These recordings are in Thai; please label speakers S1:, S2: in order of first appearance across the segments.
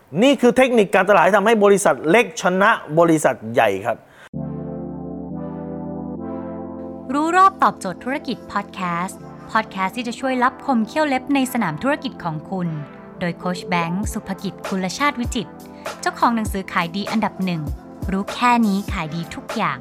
S1: นี่คือเทคนิคการตลาดที่ทำให้บริษัทเล็กชนะบริษัทใหญ่ครับ
S2: รู้รอบตอบโจทย์ธุรกิจพอดแคสต์ที่จะช่วยลับคมเขี้ยวเล็บในสนามธุรกิจของคุณโดยโค้ชแบงค์สุภกิจกุลชาติวิจิตรเจ้าของหนังสือขายดีอันดับหนึ่งรู้แค่นี้ขายดีทุกอย่าง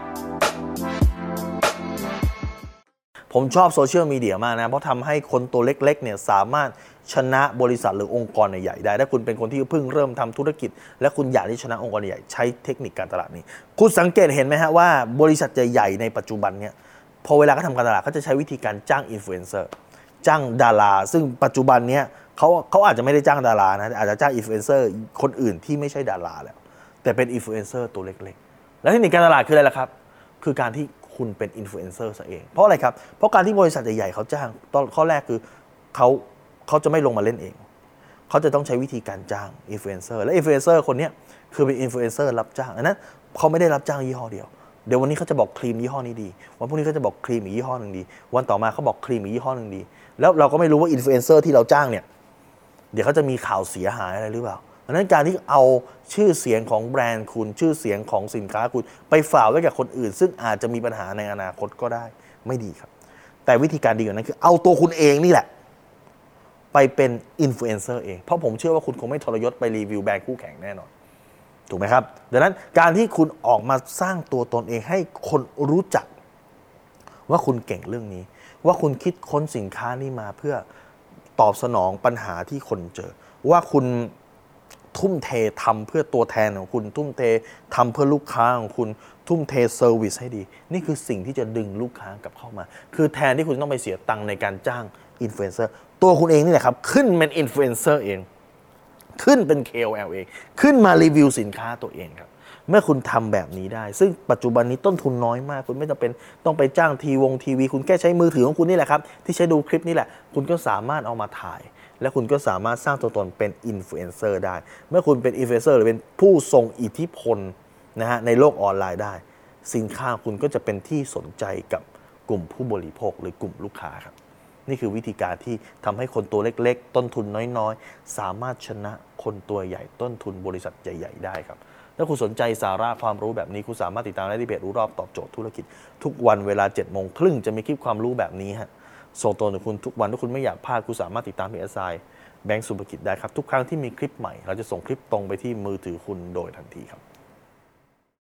S1: ผมชอบโซเชียลมีเดียมากนะเพราะทำให้คนตัวเล็กๆเนี่ยสามารถชนะบริษัทหรือองค์กรใหญ่ได้ถ้าคุณเป็นคนที่เพิ่งเริ่มทำธุรกิจและคุณอยากที่ชนะองค์กรใหญ่ใช้เทคนิคการตลาดนี้คุณสังเกตเห็นไหมฮะว่าบริษัทใหญ่ๆในปัจจุบันเนี่ยพอเวลาเขาทำการตลาดเขาจะใช้วิธีการจ้างอินฟลูเอนเซอร์จ้างดาราซึ่งปัจจุบันเนี้ยเขาอาจจะไม่ได้จ้างดารานะอาจจะจ้างอินฟลูเอนเซอร์คนอื่นที่ไม่ใช่ดาราแล้วแต่เป็นอินฟลูเอนเซอร์ตัวเล็กๆแล้วเทคนิคการตลาดคืออะไรล่ะครับคือการที่คุณเป็นอินฟลูเอนเซอร์ซะเองเพราะอะไรครับเพราะการที่บริษัทใหญ่ๆเขาจ้างตอนข้อแรกคือเขาจะไม่ลงมาเล่นเองเขาจะต้องใช้วิธีการจ้างอินฟลูเอนเซอร์และอินฟลูเอนเซอร์คนนี้คือเป็นอินฟลูเอนเซอร์รับจ้างอันนั้นเขาไม่ได้รับจ้างยี่ห้อเดียวเดี๋ยววันนี้เขาจะบอกครีมยี่ห้อนี้ดีวันพรุ่งนี้เขาจะบอกครีมอีกยี่ห้อนึงดีวันต่อมาเขาบอกครีมอีกยี่ห้อนึงดีแล้วเราก็ไม่รู้ว่าอินฟลูเอนเซอร์ที่เราจ้างเนี่ยเดี๋ยวเขาจะมีข่าวเสียหายอะไรหรือเปล่าดังนั้นการที่เอาชื่อเสียงของแบรนด์คุณชื่อเสียงของสินค้าคุณไปฝากไว้กับคนอื่นซึ่งอาจจะมีปัญหาในอนาคตก็ได้ไม่ดีครับแต่วิธีการดีกว่านั้นคือเอาตัวคุณเองนี่แหละไปเป็นอินฟลูเอนเซอร์เองเพราะผมเชื่อว่าคุณคงไม่ทรยศไปรีวิวแบรนด์คู่แข่งแน่นอนถูกไหมครับดังนั้นการที่คุณออกมาสร้างตัวตนเองให้คนรู้จักว่าคุณเก่งเรื่องนี้ว่าคุณคิดค้นสินค้านี้มาเพื่อตอบสนองปัญหาที่คนเจอว่าคุณทุ่มเททำเพื่อตัวแทนของคุณทุ่มเททำเพื่อลูกค้าของคุณทุ่มเทเซอร์วิสให้ดีนี่คือสิ่งที่จะดึงลูกค้ากลับเข้ามาคือแทนที่คุณต้องไปเสียตังค์ในการจ้างอินฟลูเอนเซอร์ตัวคุณเองนี่แหละครับขึ้นเป็นอินฟลูเอนเซอร์เองขึ้นเป็น KOL เองขึ้นมารีวิวสินค้าตัวเองครับเมื่อคุณทำแบบนี้ได้ซึ่งปัจจุบันนี้ต้นทุนน้อยมากคุณไม่จำเป็นต้องไปจ้างทีวีคุณแค่ใช้มือถือของคุณนี่แหละครับที่ใช้ดูคลิปนี่แหละคุณก็สามารถเอามาถ่ายและคุณก็สามารถสร้างตัวตนเป็นอินฟลูเอนเซอร์ได้เมื่อคุณเป็นอินฟลูเอนเซอร์หรือเป็นผู้ทรงอิทธิพลนะฮะในโลกออนไลน์ได้สินค้าคุณก็จะเป็นที่สนใจกับกลุ่มผู้บริโภคหรือกลุ่มลูกค้าครับนี่คือวิธีการที่ทำให้คนตัวเล็กๆต้นทุนน้อยๆสามารถชนะคนตัวใหญ่ต้นทุนบริษัทใหญ่ๆได้ครับถ้าคุณสนใจสาระความรู้แบบนี้คุณสามารถติดตามได้ที่เพจรู้รอบตอบโจทย์ธุรกิจทุกวันเวลา 7:30 น.จะมีคลิปความรู้แบบนี้ฮะส่งตรงถึงคุณทุกวันถ้าคุณไม่อยากพลาดคุณสามารถติดตามเพจSIแบงก์สุภกิจได้ครับทุกครั้งที่มีคลิปใหม่เราจะส่งคลิปตรงไปที่มือถือคุณโดยทันทีครับ